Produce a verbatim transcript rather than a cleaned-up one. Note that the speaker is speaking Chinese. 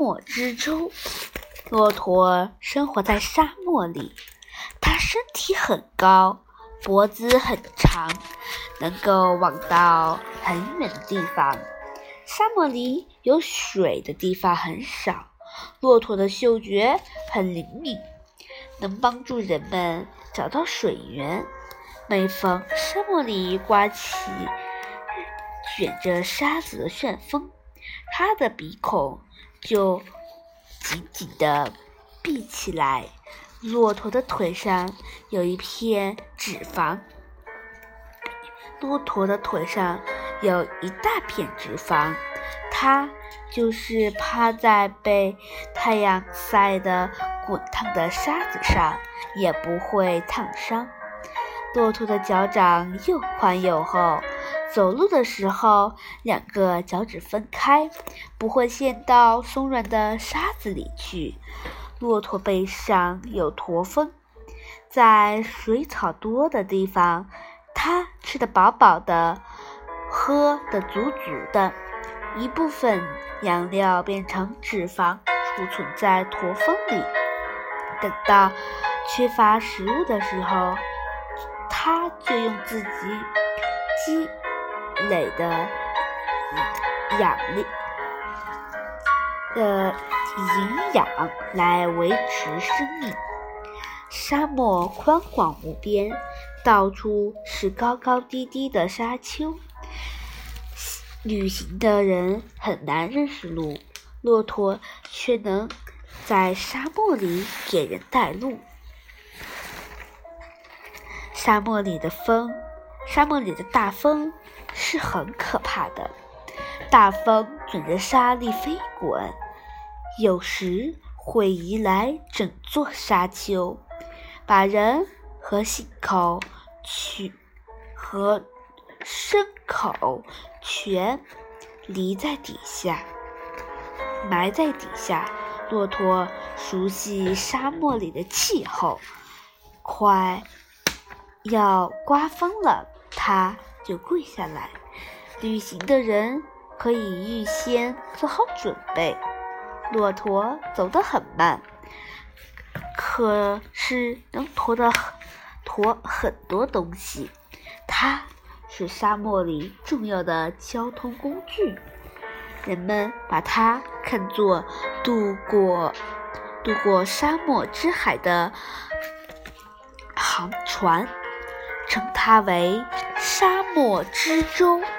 漠之舟。骆驼生活在沙漠里，它身体很高，脖子很长，能够望到很远的地方。沙漠里有水的地方很少，骆驼的嗅觉很灵敏，能帮助人们找到水源。每逢沙漠里刮起卷着沙子的旋风，它的鼻孔就紧紧地闭起来。骆驼的腿上有一片脂肪，骆驼的腿上有一大片脂肪，它就是趴在被太阳晒得滚烫的沙子上，也不会烫伤。骆驼的脚掌又宽又厚，走路的时候两个脚趾分开，不会陷到松软的沙子里去。骆驼背上有驼峰，在水草多的地方，它吃得饱饱的，喝得足足的，一部分养料变成脂肪储存在驼峰里，等到缺乏食物的时候，它就用自己积累的养力的营养来维持生命。沙漠宽广无边，到处是高高低低的沙丘，旅行的人很难认识路，骆驼却能在沙漠里给人带路。沙漠里的风，沙漠里的大风是很可怕的，大风卷着沙粒飞滚，有时会移来整座沙丘，把人和牲口去和牲口全离在底下，埋在底下。骆驼熟悉沙漠里的气候，快要刮风了，它就跪下来。旅行的人可以预先做好准备。骆驼走得很慢，可是能驮得驮很多东西。它是沙漠里重要的交通工具，人们把它看作渡过渡过沙漠之海的航船，称它为沙漠之舟。